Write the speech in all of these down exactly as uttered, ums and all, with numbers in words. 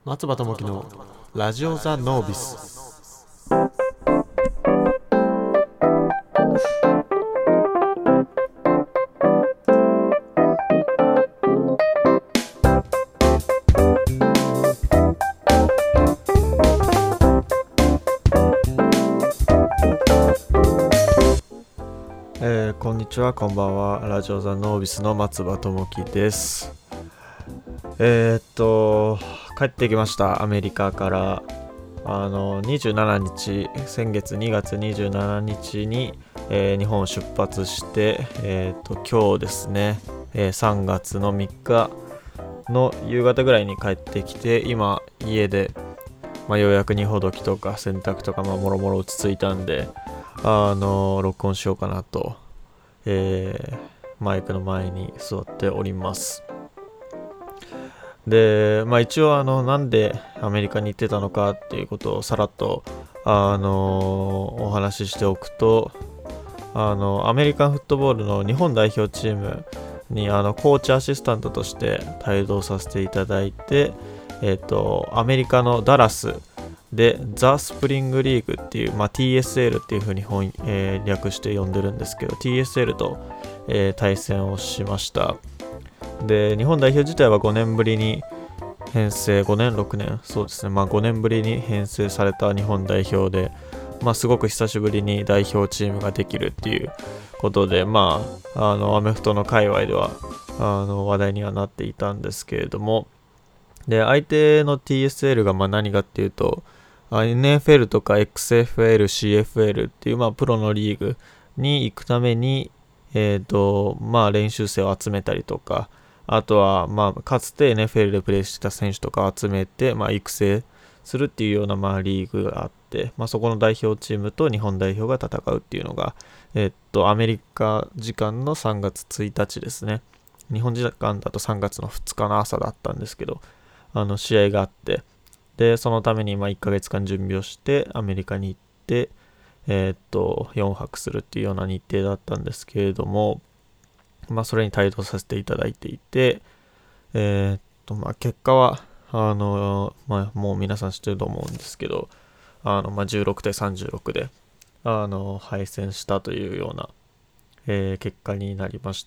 松葉智樹のラジオザノービス。えー、こんにちは、こんばんは。ラジオザノービスの松葉智樹です。えー、っと帰ってきました。アメリカからあのにじゅうしちにち、先月にがつにじゅうしちにちに、えー、日本を出発して、えー、っと今日ですね、えー、さんがつのみっかの夕方ぐらいに帰ってきて、今家で、まあ、ようやく荷ほどきとか洗濯とかまあもろもろ落ち着いたんで、あの録音しようかなと、えー、マイクの前に座っております。で、まあ一応あのなんでアメリカに行ってたのかっていうことをさらっとあのお話ししておくと、あのアメリカンフットボールの日本代表チームにあのコーチアシスタントとして帯同させていただいて、えっとアメリカのダラスでザ・スプリングリーグっていう、まあ、ティーエスエル っていう風に本、えー、略して呼んでるんですけど、 ティーエスエル と、えー、対戦をしました。で、日本代表自体はごねんぶりに編成、ごねんろくねん、そうですね、まあごねんぶりに編成された日本代表で、まあすごく久しぶりに代表チームができるっていうことで、まああのアメフトの界隈ではあの話題にはなっていたんですけれども、で相手の ティーエスエル がまあ何かっていうと、エヌエフエル とか エックスエフエル、シーエフエル っていうまあプロのリーグに行くために、えーとまあ、練習生を集めたりとか、あとは、まあ、かつて エヌエフエル でプレーしてた選手とかを集めて、まあ、育成するっていうような、まあ、リーグがあって、まあ、そこの代表チームと日本代表が戦うっていうのが、えっと、アメリカ時間のさんがつついたちですね。日本時間だとさんがつのふつかの朝だったんですけど、あの、試合があって、で、そのために、まあ、いっかげつかん準備をして、アメリカに行って、えー、っと、よんはくするっていうような日程だったんですけれども、まあ、それに帯同させていただいていて、えー、っと、まあ、結果は、あの、まあ、もう皆さん知ってると思うんですけど、あの、まあ、じゅうろくたいさんじゅうろくで、あの、敗戦したというような、えー、結果になりました。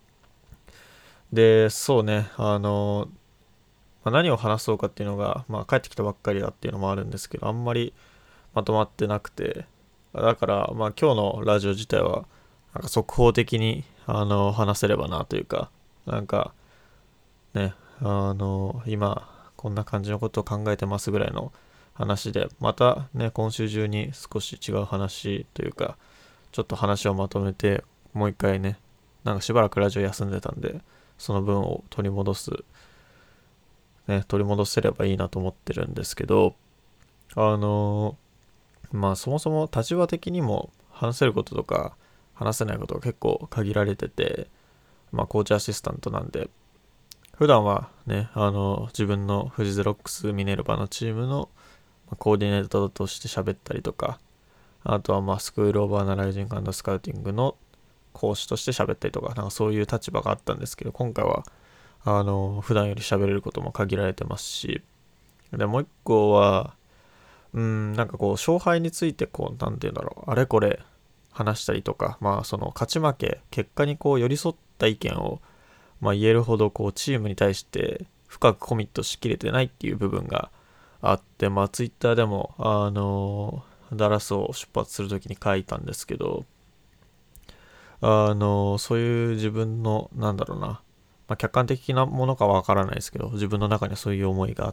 で、そうね、あの、まあ、何を話そうかっていうのが、まあ、帰ってきたばっかりだっていうのもあるんですけど、あんまりまとまってなくて、だから、まあ、今日のラジオ自体は、なんか速報的にあの話せればなというか、なんかね、あの今こんな感じのことを考えてますぐらいの話で、またね、今週中に少し違う話というか、ちょっと話をまとめて、もう一回ね、なんかしばらくラジオ休んでたんで、その分を取り戻す、ね、取り戻せればいいなと思ってるんですけど、あのまあそもそも立場的にも話せることとか話せないことが結構限られてて、まあコーチアシスタントなんで、普段はね、あの自分のフジゼロックスミネルヴァのチームのコーディネーターとして喋ったりとか、あとはまあスクールオブアナライジング&スカウティングの講師として喋ったりとか、なんかそういう立場があったんですけど、今回はあの普段より喋れることも限られてますし、でもう一個はうん、なんかこう勝敗についてこうなんていうんだろう、あれこれ話したりとか、まあその勝ち負け結果にこう寄り添った意見をまあ言えるほどこうチームに対して深くコミットしきれてないっていう部分があって、まあツイッターでもあのダラスを出発するときに書いたんですけど、あのそういう自分のなんだろうな、まあ、客観的なものかわからないですけど、自分の中にはそういう思いがあって、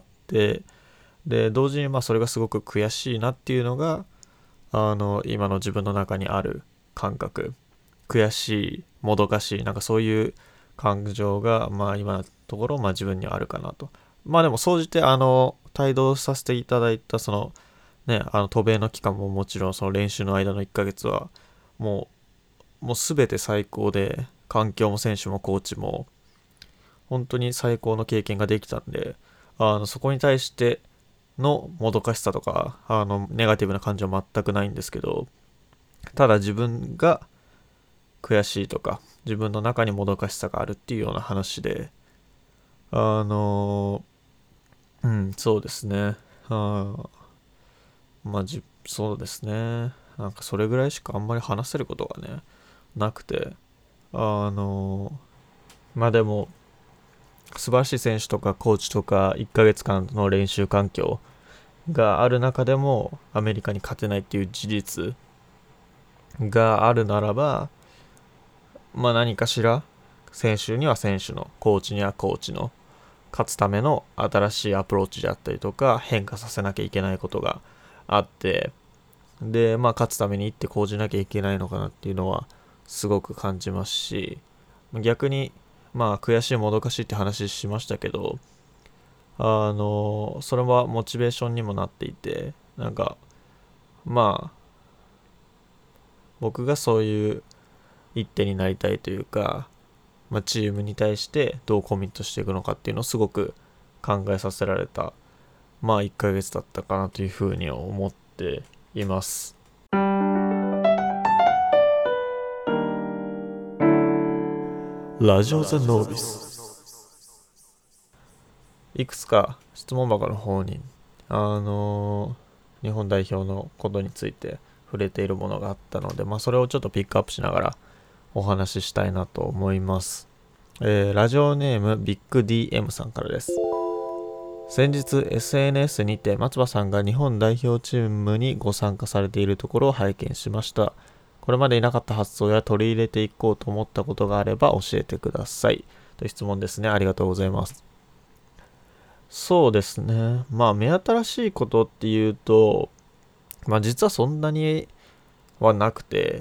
で同時にまあそれがすごく悔しいなっていうのがあの今の自分の中にある感覚、悔しい、もどかしい、なんかそういう感情がまあ今のところまあ自分にはあるかなと。まあでも総じてあの帯同させていただいたそのね、あの渡米の期間ももちろんその練習の間のいっかげつはもうもう全て最高で、環境も選手もコーチも本当に最高の経験ができたんで、あのそこに対してのもどかしさとかあのネガティブな感情は全くないんですけど、ただ自分が悔しいとか自分の中にもどかしさがあるっていうような話で、あのうん、そうですね。あまあじ、そうですね。なんかそれぐらいしかあんまり話せることがね、なくて、あの、まあでも、素晴らしい選手とかコーチとかいっかげつかんの練習環境がある中でもアメリカに勝てないっていう事実があるならば、まあ何かしら選手には選手の、コーチにはコーチの勝つための新しいアプローチであったりとか変化させなきゃいけないことがあって、でまあ勝つために一手講じなきゃいけないのかなっていうのはすごく感じますし、逆にまあ悔しいもどかしいって話しましたけど、あのそれはモチベーションにもなっていて、なんかまあ僕がそういう一手になりたいというか、まあ、チームに対してどうコミットしていくのかっていうのをすごく考えさせられた、まあいっかげつだったかなというふうに思っています。ラジオザノービス。いくつか質問箱の方に、あのー日本代表のことについて触れているものがあったので、まあそれをちょっとピックアップしながらお話ししたいなと思います。えーラジオネームビッグ ディーエム さんからです。先日 エスエヌエス にて松葉さんが日本代表チームにご参加されているところを拝見しました。これまでいなかった発想や取り入れていこうと思ったことがあれば教えてください。という質問ですね。ありがとうございます。そうですね。まあ目新しいことっていうと、まあ実はそんなにはなくて、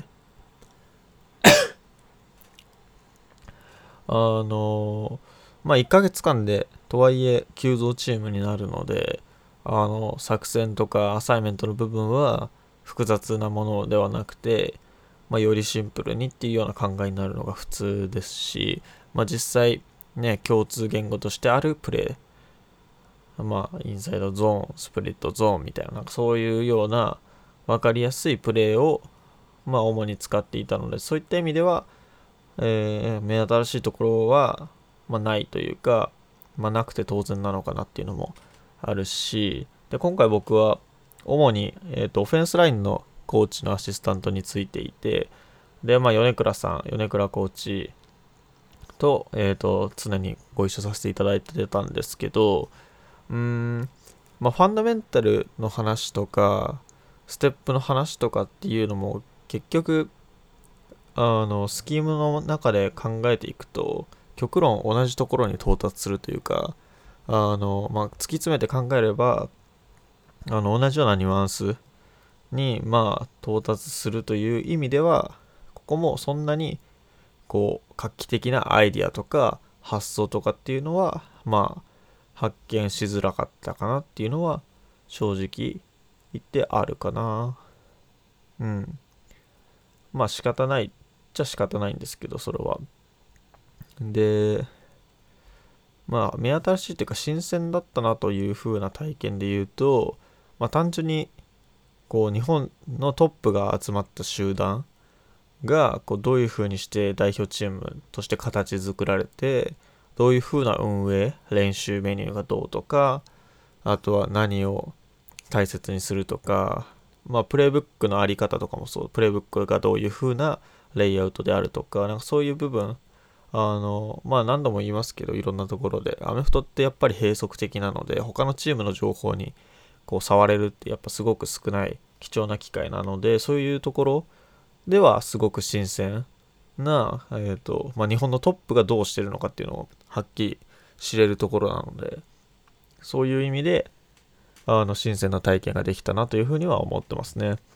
あのまあいっかげつかんでとはいえ急増チームになるので、あの作戦とかアサイメントの部分は複雑なものではなくて、まあ、よりシンプルにっていうような考えになるのが普通ですし、まあ、実際ね共通言語としてあるプレー、まあインサイドゾーン、スプリットゾーンみたいな、なんかそういうような分かりやすいプレーをまあ主に使っていたので、そういった意味ではえー、目新しいところは、まあ、ないというか、まあ、なくて当然なのかなっていうのもあるし、で今回僕は主に、えーと、オフェンスラインのコーチのアシスタントについていて、で、まあ、米倉さん、米倉コーチと、えーと、常にご一緒させていただいてたんですけど、うーん、まあ、ファンダメンタルの話とか、ステップの話とかっていうのも結局あのスキームの中で考えていくと極論同じところに到達するというか、あの、まあ、突き詰めて考えればあの同じようなニュアンスにまあ到達するという意味では、ここもそんなにこう画期的なアイディアとか発想とかっていうのはまあ発見しづらかったかなっていうのは正直言ってあるかな。うん。まあ仕方ないっちゃ仕方ないんですけど、それは。で、まあ目新しいというか新鮮だったなという風な体験で言うと、まあ単純にこう日本のトップが集まった集団がこうどういう風にして代表チームとして形作られて、どういう風な運営、練習メニューがどうとか、あとは何を大切にするとか、まあプレイブックのあり方とかもそう、プレイブックがどういう風なレイアウトであるとか、なんかそういう部分、あの、まあ何度も言いますけど、いろんなところで、アメフトってやっぱり閉塞的なので、他のチームの情報にこう触れるってやっぱすごく少ない貴重な機会なので、そういうところではすごく新鮮な、えっと、まあ日本のトップがどうしてるのかっていうのをはっきり知れるところなので、そういう意味で、あの、新鮮な体験ができたなというふうには思ってますね。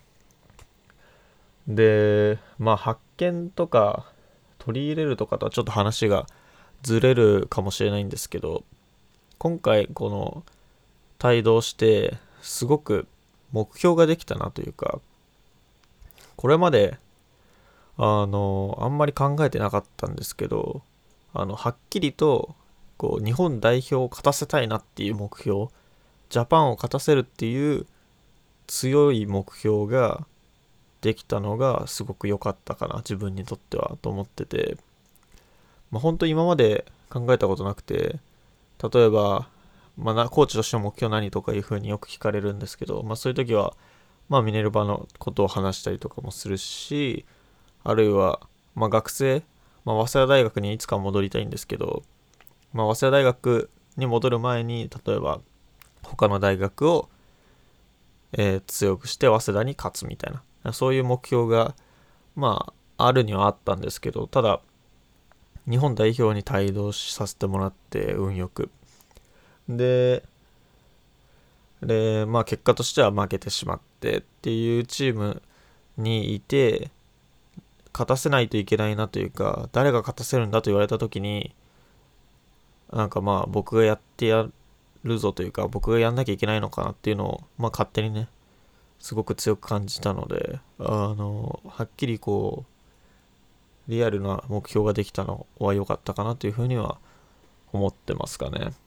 で、まあ発見とか取り入れるとかとはちょっと話がずれるかもしれないんですけど、今回この帯同してすごく目標ができたなというか、これまであのあんまり考えてなかったんですけど、あのはっきりとこう日本代表を勝たせたいなっていう目標、ジャパンを勝たせるっていう強い目標ができたのがすごく良かったかな、自分にとってはと思ってて、まあ、本当今まで考えたことなくて、例えば、 まあな、コーチとしての目標何とかいうふうによく聞かれるんですけど、まあそういう時は、まあミネルヴァのことを話したりとかもするし、あるいは、まあ学生、まあ早稲田大学にいつか戻りたいんですけど、まあ早稲田大学に戻る前に、例えば他の大学を、えー強くして早稲田に勝つみたいな、そういう目標が、まああるにはあったんですけど、ただ、日本代表に帯同させてもらって運よくででまあ結果としては負けてしまってっていうチームにいて、勝たせないといけないなというか、誰が勝たせるんだと言われた時に、なんかまあ僕がやってやるぞというか、僕がやんなきゃいけないのかなっていうのを、まあ勝手にね、すごく強く感じたので、あのはっきりこうリアルな目標ができたのは良かったかなというふうには思ってますかね。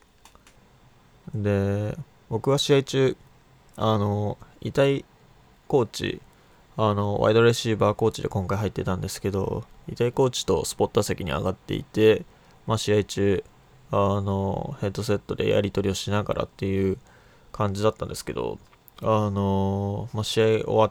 で、僕は試合中、あの、遺体コーチ、あの、ワイドレシーバーコーチで今回入ってたんですけど、遺体コーチとスポット席に上がっていて、まあ試合中、あの、ヘッドセットでやり取りをしながらっていう感じだったんですけど、あの、まあ試合終わって、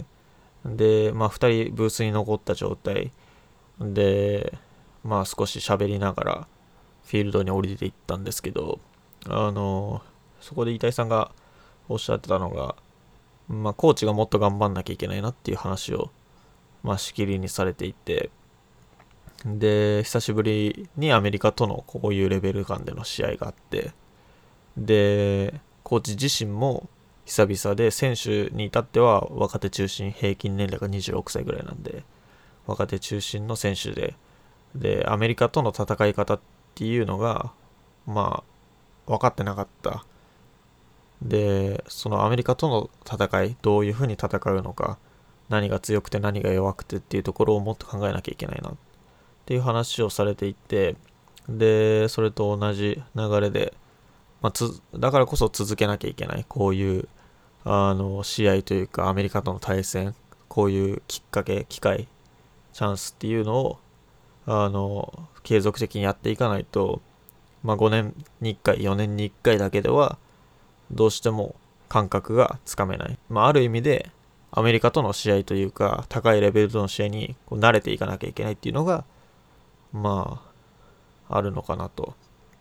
で、まあふたりブースに残った状態で、まあ少し喋りながらフィールドに降りていったんですけど、あの、そこで遺体さんがおっしゃってたのが、まあ、コーチがもっと頑張んなきゃいけないなっていう話を、まあ、しきりにされていて、で、久しぶりにアメリカとのこういうレベル感での試合があって、で、コーチ自身も久々で、選手に至っては若手中心、平均年齢がにじゅうろくさいぐらいなんで、若手中心の選手で、で、アメリカとの戦い方っていうのが、まあ、分かってなかった。で、そのアメリカとの戦い、どういうふうに戦うのか、何が強くて何が弱くてっていうところをもっと考えなきゃいけないなっていう話をされていて、で、それと同じ流れで、まあ、つだからこそ続けなきゃいけない、こういうあの試合というか、アメリカとの対戦、こういうきっかけ、機会、チャンスっていうのをあの継続的にやっていかないと、まあ、ごねんにいっかい、よねんにいっかいだけではどうしても感覚がつかめない。まあ、ある意味でアメリカとの試合というか、高いレベルとの試合にこう慣れていかなきゃいけないっていうのが、まあ、あるのかなと。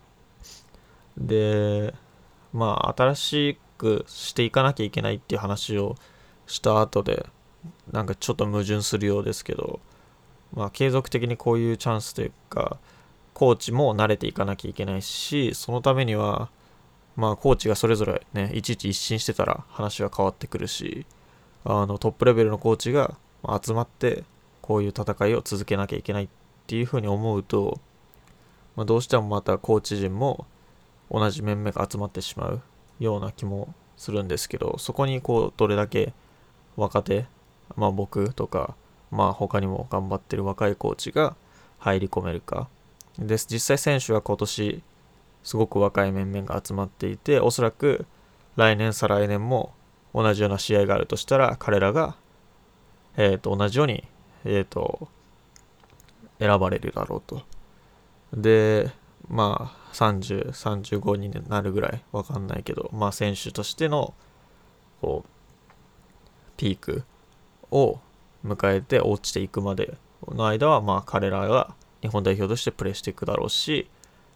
で、まあ、新しくしていかなきゃいけないっていう話をした後で、なんかちょっと矛盾するようですけど、まあ、継続的にこういうチャンスというか、コーチも慣れていかなきゃいけないし、そのためには、まあ、コーチがそれぞれね、いちいち一新してたら話は変わってくるし、あの、トップレベルのコーチが集まって、こういう戦いを続けなきゃいけないっていうふうに思うと、まあ、どうしてもまたコーチ陣も同じ面々が集まってしまうような気もするんですけど、そこにこう、どれだけ若手、まあ僕とか、まあ他にも頑張ってる若いコーチが入り込めるか。です。実際選手は今年、すごく若い面々が集まっていて、おそらく来年再来年も同じような試合があるとしたら、彼らが、えっと、同じように、えっと、選ばれるだろうと。で、まあ、さんじゅう、さんじゅうごになるぐらい、わかんないけど、まあ選手としての、こう、ピークを迎えて落ちていくまでの間は、まあ彼らが日本代表としてプレーしていくだろうし、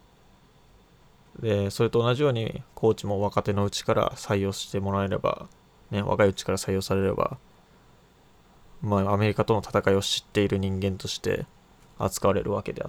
で、それと同じように、コーチも若手のうちから採用してもらえれば、ね、若いうちから採用されれば、まあ、アメリカとの戦いを知っている人間として扱われるわけであって、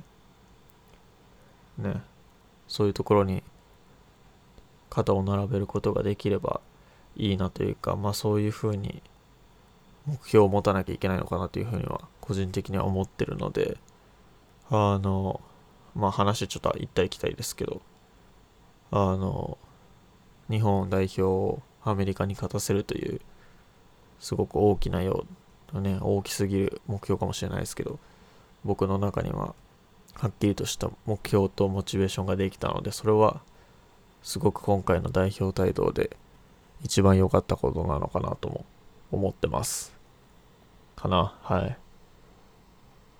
ね、そういうところに肩を並べることができればいいなというか、まあそういうふうに目標を持たなきゃいけないのかなというふうには個人的には思ってるので、あの、まあ話ちょっと行ったり来たりですけど、あの、日本代表をアメリカに勝たせるという、すごく大きなようなね、大きすぎる目標かもしれないですけど、僕の中にははっきりとした目標とモチベーションができたので、それはすごく今回の代表帯同で一番良かったことなのかなとも思ってます。かな。はい。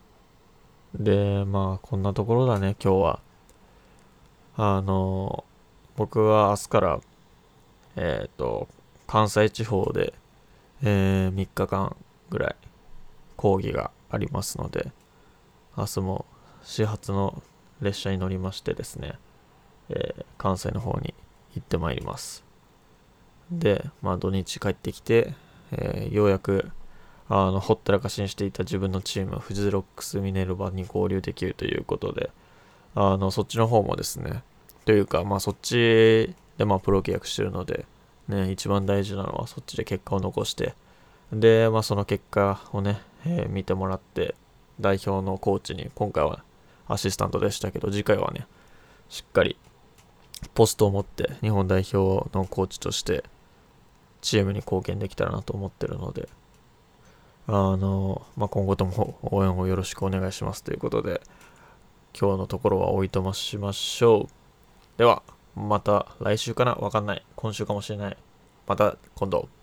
で、まあ、こんなところだね、今日は。あの、 僕は明日からえっと関西地方で、えー、みっかかんぐらい講義がありますので、明日も始発の列車に乗りましてですね、えー関西の方に行ってまいります。で、まあ土日帰ってきて、えーようやくあのほったらかしにしていた自分のチームフジロックスミネルヴァに合流できるということで、あのそっちの方もですね、というかまあそっちでまあプロ契約してるのでね、一番大事なのはそっちで結果を残して、でまあその結果をね、えー見てもらって、代表のコーチに、今回はアシスタントでしたけど次回はね、しっかりポストを持って日本代表のコーチとしてチームに貢献できたらなと思ってるので、あの、まあ、今後とも応援をよろしくお願いしますということで、今日のところはおいとましましょう。では、また来週かな、わかんない。今週かもしれない。また今度。